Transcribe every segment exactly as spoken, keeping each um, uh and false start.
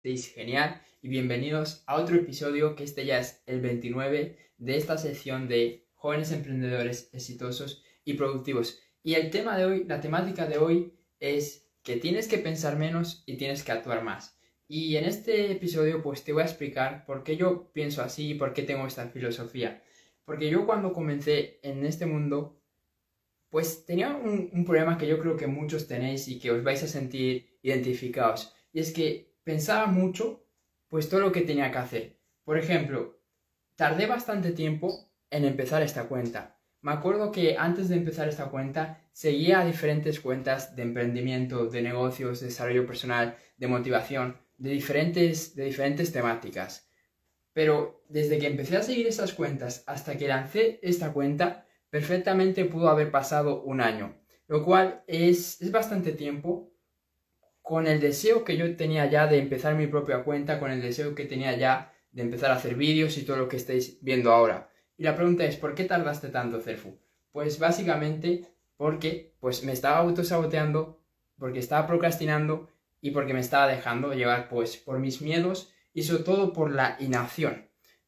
Estéis genial y bienvenidos a otro episodio, que este ya es el veintinueve de esta sección de jóvenes emprendedores exitosos y productivos. Y el tema de hoy, la temática de hoy es que tienes que pensar menos y tienes que actuar más. Y en este episodio pues te voy a explicar por qué yo pienso así y por qué tengo esta filosofía. Porque yo cuando comencé en este mundo pues tenía un, un problema que yo creo que muchos tenéis y que os vais a sentir identificados. Y es que pensaba mucho, pues todo lo que tenía que hacer. Por ejemplo, tardé bastante tiempo en empezar esta cuenta. Me acuerdo que antes de empezar esta cuenta seguía diferentes cuentas de emprendimiento, de negocios, de desarrollo personal, de motivación, de diferentes, de diferentes temáticas. Pero desde que empecé a seguir esas cuentas hasta que lancé esta cuenta, perfectamente pudo haber pasado un año, lo cual es, es bastante tiempo, con el deseo que yo tenía ya de empezar mi propia cuenta, con el deseo que tenía ya de empezar a hacer vídeos y todo lo que estáis viendo ahora. Y la pregunta es, ¿por qué tardaste tanto, Cerfu? Pues básicamente porque pues, me estaba autosaboteando, porque estaba procrastinando y porque me estaba dejando llevar pues, por mis miedos y sobre todo por la inacción.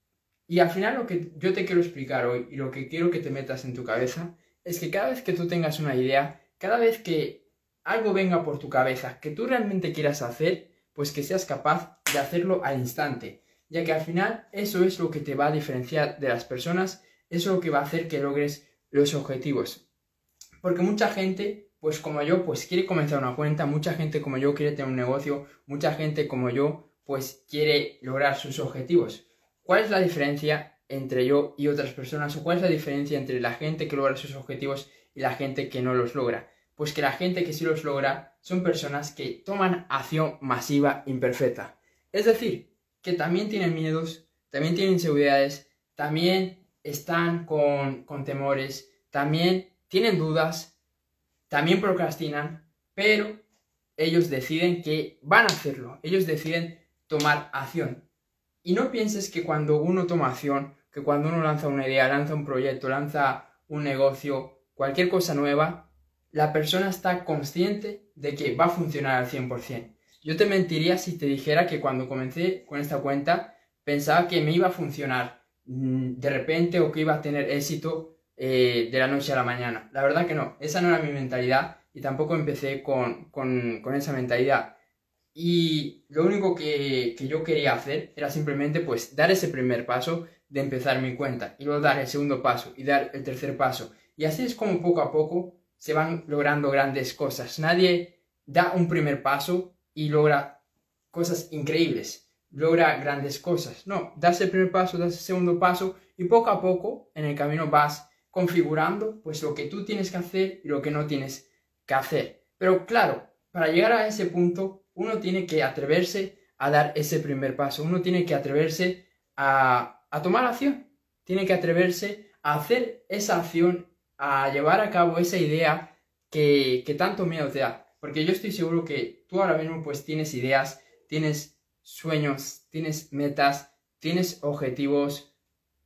Y al final lo que yo te quiero explicar hoy y lo que quiero que te metas en tu cabeza es que cada vez que tú tengas una idea, cada vez que algo venga por tu cabeza que tú realmente quieras hacer, pues que seas capaz de hacerlo al instante, ya que al final eso es lo que te va a diferenciar de las personas, eso es lo que va a hacer que logres los objetivos. Porque mucha gente, pues como yo, pues quiere comenzar una cuenta, mucha gente como yo quiere tener un negocio, mucha gente como yo, pues quiere lograr sus objetivos. ¿Cuál es la diferencia entre yo y otras personas? ¿O cuál es la diferencia entre la gente que logra sus objetivos y la gente que no los logra? Pues que la gente que sí los logra son personas que toman acción masiva imperfecta. Es decir, que también tienen miedos, también tienen inseguridades, también están con, con temores, también tienen dudas, también procrastinan, pero ellos deciden que van a hacerlo, ellos deciden tomar acción. Y no pienses que cuando uno toma acción, que cuando uno lanza una idea, lanza un proyecto, lanza un negocio, cualquier cosa nueva, la persona está consciente de que va a funcionar al cien por ciento. Yo te mentiría si te dijera que cuando comencé con esta cuenta pensaba que me iba a funcionar de repente o que iba a tener éxito eh, de la noche a la mañana. La verdad que no, esa no era mi mentalidad y tampoco empecé con, con, con esa mentalidad. Y lo único que, que yo quería hacer era simplemente pues dar ese primer paso de empezar mi cuenta y luego dar el segundo paso y dar el tercer paso. Y así es como poco a poco se van logrando grandes cosas. Nadie da un primer paso y logra cosas increíbles, logra grandes cosas. No, das el primer paso, das el segundo paso y poco a poco en el camino vas configurando pues lo que tú tienes que hacer y lo que no tienes que hacer. Pero claro, para llegar a ese punto uno tiene que atreverse a dar ese primer paso, uno tiene que atreverse a, a tomar acción, tiene que atreverse a hacer esa acción, a llevar a cabo esa idea que, que tanto miedo te da. Porque yo estoy seguro que tú ahora mismo pues tienes ideas, tienes sueños, tienes metas, tienes objetivos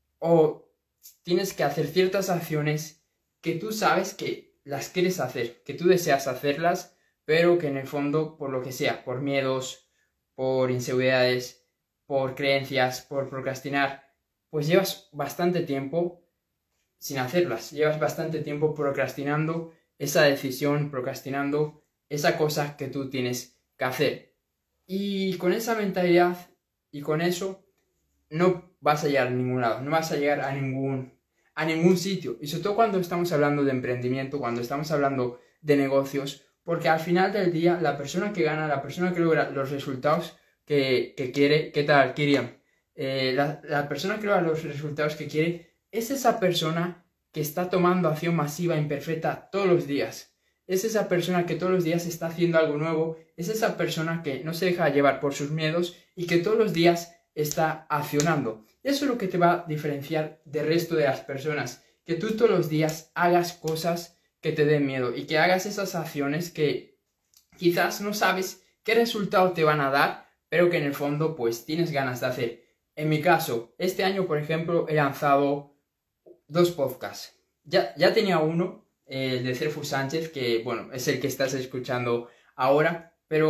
o tienes que hacer ciertas acciones que tú sabes que las quieres hacer, que tú deseas hacerlas, pero que en el fondo, por lo que sea, por miedos, por inseguridades, por creencias, por procrastinar, pues llevas bastante tiempo sin hacerlas, llevas bastante tiempo procrastinando esa decisión, procrastinando esa cosa que tú tienes que hacer. Y con esa mentalidad y con eso no vas a llegar a ningún lado, no vas a llegar a ningún, a ningún sitio. Y sobre todo cuando estamos hablando de emprendimiento, cuando estamos hablando de negocios, porque al final del día la persona que gana, la persona que logra los resultados que, que quiere, ¿qué tal, Kiriam? Eh, la, la persona que logra los resultados que quiere es esa persona que está tomando acción masiva imperfecta todos los días. Es esa persona que todos los días está haciendo algo nuevo, es esa persona que no se deja llevar por sus miedos y que todos los días está accionando. Eso es lo que te va a diferenciar del resto de las personas, que tú todos los días hagas cosas que te den miedo y que hagas esas acciones que quizás no sabes qué resultado te van a dar, pero que en el fondo pues tienes ganas de hacer. En mi caso, este año por ejemplo he lanzado dos podcasts. Ya, ya tenía uno, el de Cerfu Sánchez, que bueno, es el que estás escuchando ahora, pero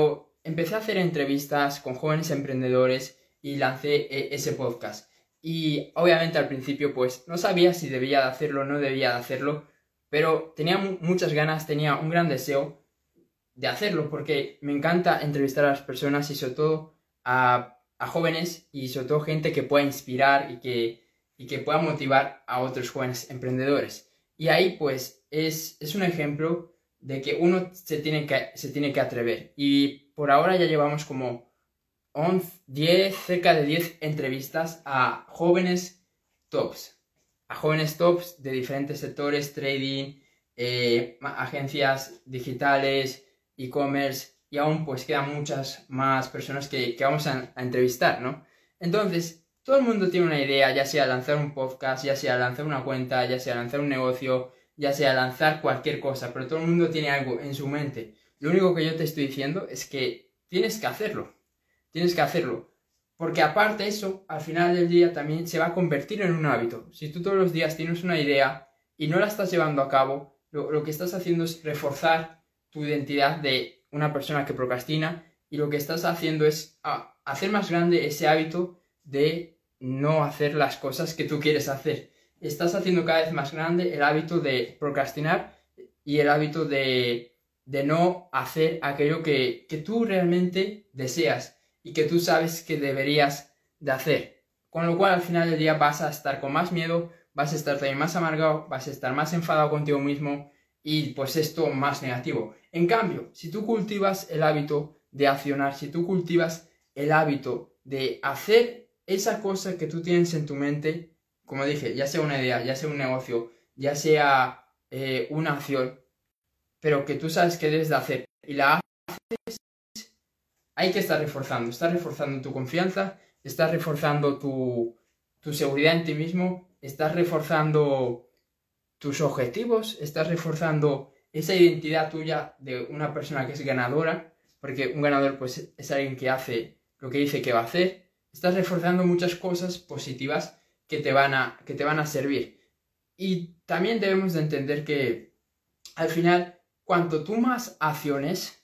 empecé a hacer entrevistas con jóvenes emprendedores y lancé eh, ese podcast. Y obviamente al principio pues no sabía si debía de hacerlo o no debía de hacerlo, pero tenía muchas ganas, tenía un gran deseo de hacerlo porque me encanta entrevistar a las personas y sobre todo a, a jóvenes y sobre todo gente que pueda inspirar y que, y que pueda motivar a otros jóvenes emprendedores. Y ahí pues es, es un ejemplo de que uno se tiene que, se tiene que atrever. Y por ahora ya llevamos como once, diez, cerca de diez entrevistas a jóvenes tops. A jóvenes tops de diferentes sectores, trading, eh, agencias digitales, e-commerce, y aún pues quedan muchas más personas que, que vamos a, a entrevistar, ¿no? Entonces, todo el mundo tiene una idea, ya sea lanzar un podcast, ya sea lanzar una cuenta, ya sea lanzar un negocio, ya sea lanzar cualquier cosa, pero todo el mundo tiene algo en su mente. Lo único que yo te estoy diciendo es que tienes que hacerlo, tienes que hacerlo, porque aparte de eso, al final del día también se va a convertir en un hábito. Si tú todos los días tienes una idea y no la estás llevando a cabo, lo, lo que estás haciendo es reforzar tu identidad de una persona que procrastina y lo que estás haciendo es a, hacer más grande ese hábito de no hacer las cosas que tú quieres hacer. Estás haciendo cada vez más grande el hábito de procrastinar y el hábito de, de no hacer aquello que, que tú realmente deseas y que tú sabes que deberías de hacer. Con lo cual al final del día vas a estar con más miedo, vas a estar también más amargado, vas a estar más enfadado contigo mismo y pues esto más negativo. En cambio, si tú cultivas el hábito de accionar, si tú cultivas el hábito de hacer esa cosa que tú tienes en tu mente, como dije, ya sea una idea, ya sea un negocio, ya sea eh, una acción, pero que tú sabes que debes de hacer y la haces, hay que estar reforzando. Estás reforzando tu confianza, estás reforzando tu, tu seguridad en ti mismo, estás reforzando tus objetivos, estás reforzando esa identidad tuya de una persona que es ganadora, porque un ganador pues es alguien que hace lo que dice que va a hacer. Estás reforzando muchas cosas positivas que te van a, que te van a servir. Y también debemos de entender que al final, cuanto tú más acciones,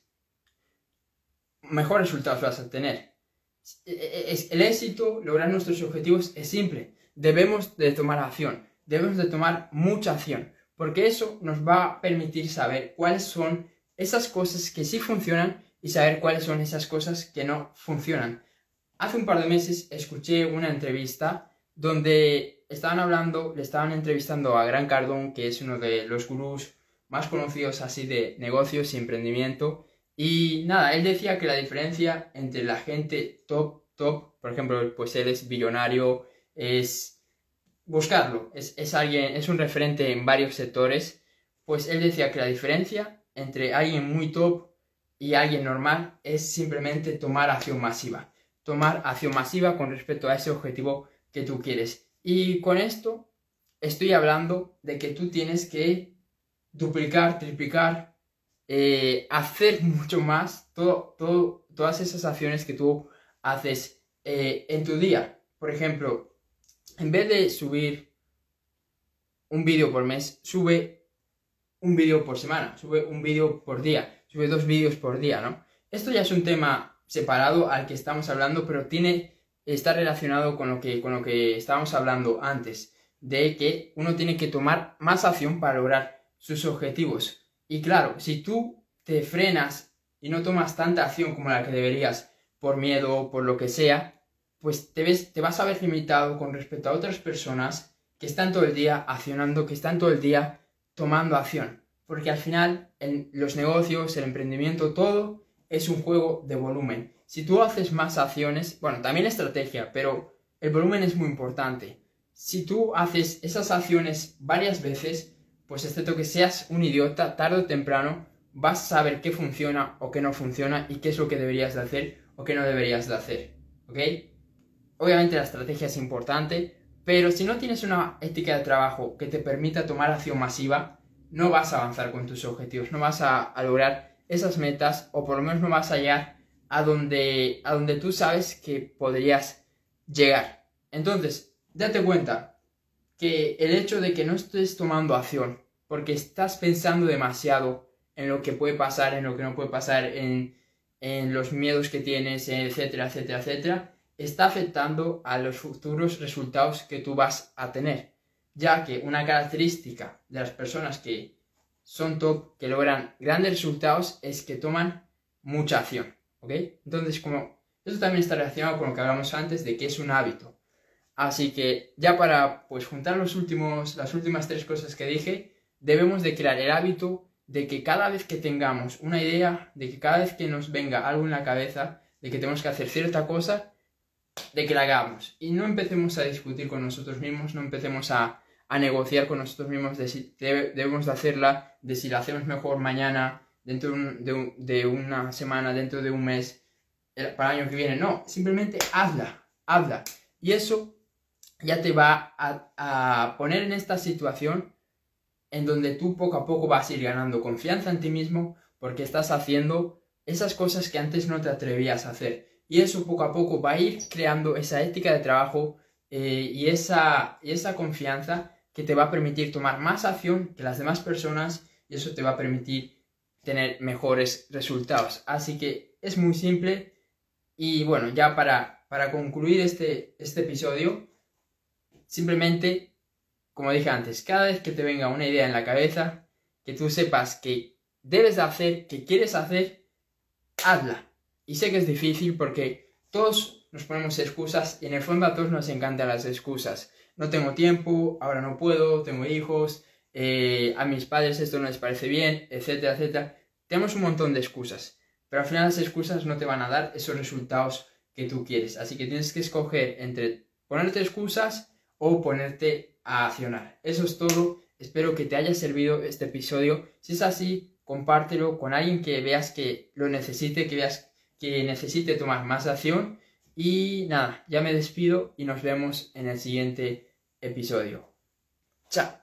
mejores resultados vas a tener. El éxito, lograr nuestros objetivos es simple. Debemos de tomar acción. Debemos de tomar mucha acción, porque eso nos va a permitir saber cuáles son esas cosas que sí funcionan y saber cuáles son esas cosas que no funcionan. Hace un par de meses escuché una entrevista donde estaban hablando, le estaban entrevistando a Grant Cardone, que es uno de los gurús más conocidos así de negocios y emprendimiento, y nada, él decía que la diferencia entre la gente top, top, por ejemplo, pues él es billonario, es... buscarlo, es, es alguien, es un referente en varios sectores, pues él decía que la diferencia entre alguien muy top y alguien normal es simplemente tomar acción masiva, tomar acción masiva con respecto a ese objetivo que tú quieres. Y con esto estoy hablando de que tú tienes que duplicar, triplicar, eh, hacer mucho más, todo, todo, todas esas acciones que tú haces eh, en tu día. Por ejemplo, en vez de subir un vídeo por mes, sube un vídeo por semana, sube un vídeo por día, sube dos vídeos por día, ¿no? Esto ya es un tema separado al que estamos hablando, pero tiene, está relacionado con lo que, con lo que estábamos hablando antes, de que uno tiene que tomar más acción para lograr sus objetivos. Y claro, si tú te frenas y no tomas tanta acción como la que deberías, por miedo o por lo que sea, pues te, ves, te vas a ver limitado con respecto a otras personas que están todo el día accionando, que están todo el día tomando acción. Porque al final, en los negocios, el emprendimiento, todo es un juego de volumen. Si tú haces más acciones, bueno, también estrategia, pero el volumen es muy importante. Si tú haces esas acciones varias veces, pues excepto que seas un idiota, tarde o temprano vas a saber qué funciona o qué no funciona y qué es lo que deberías de hacer o qué no deberías de hacer, ¿ok? Obviamente la estrategia es importante, pero si no tienes una ética de trabajo que te permita tomar acción masiva, no vas a avanzar con tus objetivos, no vas a, a lograr esas metas o por lo menos no vas a llegar a donde, a donde tú sabes que podrías llegar. Entonces, date cuenta que el hecho de que no estés tomando acción porque estás pensando demasiado en lo que puede pasar, en lo que no puede pasar, en, en los miedos que tienes, etcétera, etcétera, etcétera, está afectando a los futuros resultados que tú vas a tener. Ya que una característica de las personas que son top, que logran grandes resultados, es que toman mucha acción, ¿ok? Entonces, como eso también está relacionado con lo que hablamos antes de que es un hábito. Así que ya para pues juntar los últimos, las últimas tres cosas que dije, debemos de crear el hábito de que cada vez que tengamos una idea, de que cada vez que nos venga algo en la cabeza, de que tenemos que hacer cierta cosa, de que la hagamos. Y no empecemos a discutir con nosotros mismos, no empecemos a, a negociar con nosotros mismos de si debe, debemos de hacerla, de si la hacemos mejor mañana, dentro de, un, de, un, de una semana, dentro de un mes, para el año que viene. No, simplemente hazla, hazla. Y eso ya te va a, a poner en esta situación en donde tú poco a poco vas a ir ganando confianza en ti mismo porque estás haciendo esas cosas que antes no te atrevías a hacer. Y eso poco a poco va a ir creando esa ética de trabajo eh, y, esa, y esa confianza que te va a permitir tomar más acción que las demás personas y eso te va a permitir tener mejores resultados. Así que es muy simple y bueno, ya para, para concluir este, este episodio, simplemente, como dije antes, cada vez que te venga una idea en la cabeza, que tú sepas que debes de hacer, que quieres hacer, hazla. Y sé que es difícil porque todos nos ponemos excusas y en el fondo a todos nos encantan las excusas. No tengo tiempo, ahora no puedo, tengo hijos, eh, a mis padres esto no les parece bien, etcétera, etcétera. Tenemos un montón de excusas, pero al final las excusas no te van a dar esos resultados que tú quieres. Así que tienes que escoger entre ponerte excusas o ponerte a accionar. Eso es todo. Espero que te haya servido este episodio. Si es así, compártelo con alguien que veas que lo necesite, que veas que necesite tomar más acción. Y nada, ya me despido y nos vemos en el siguiente episodio. Chao.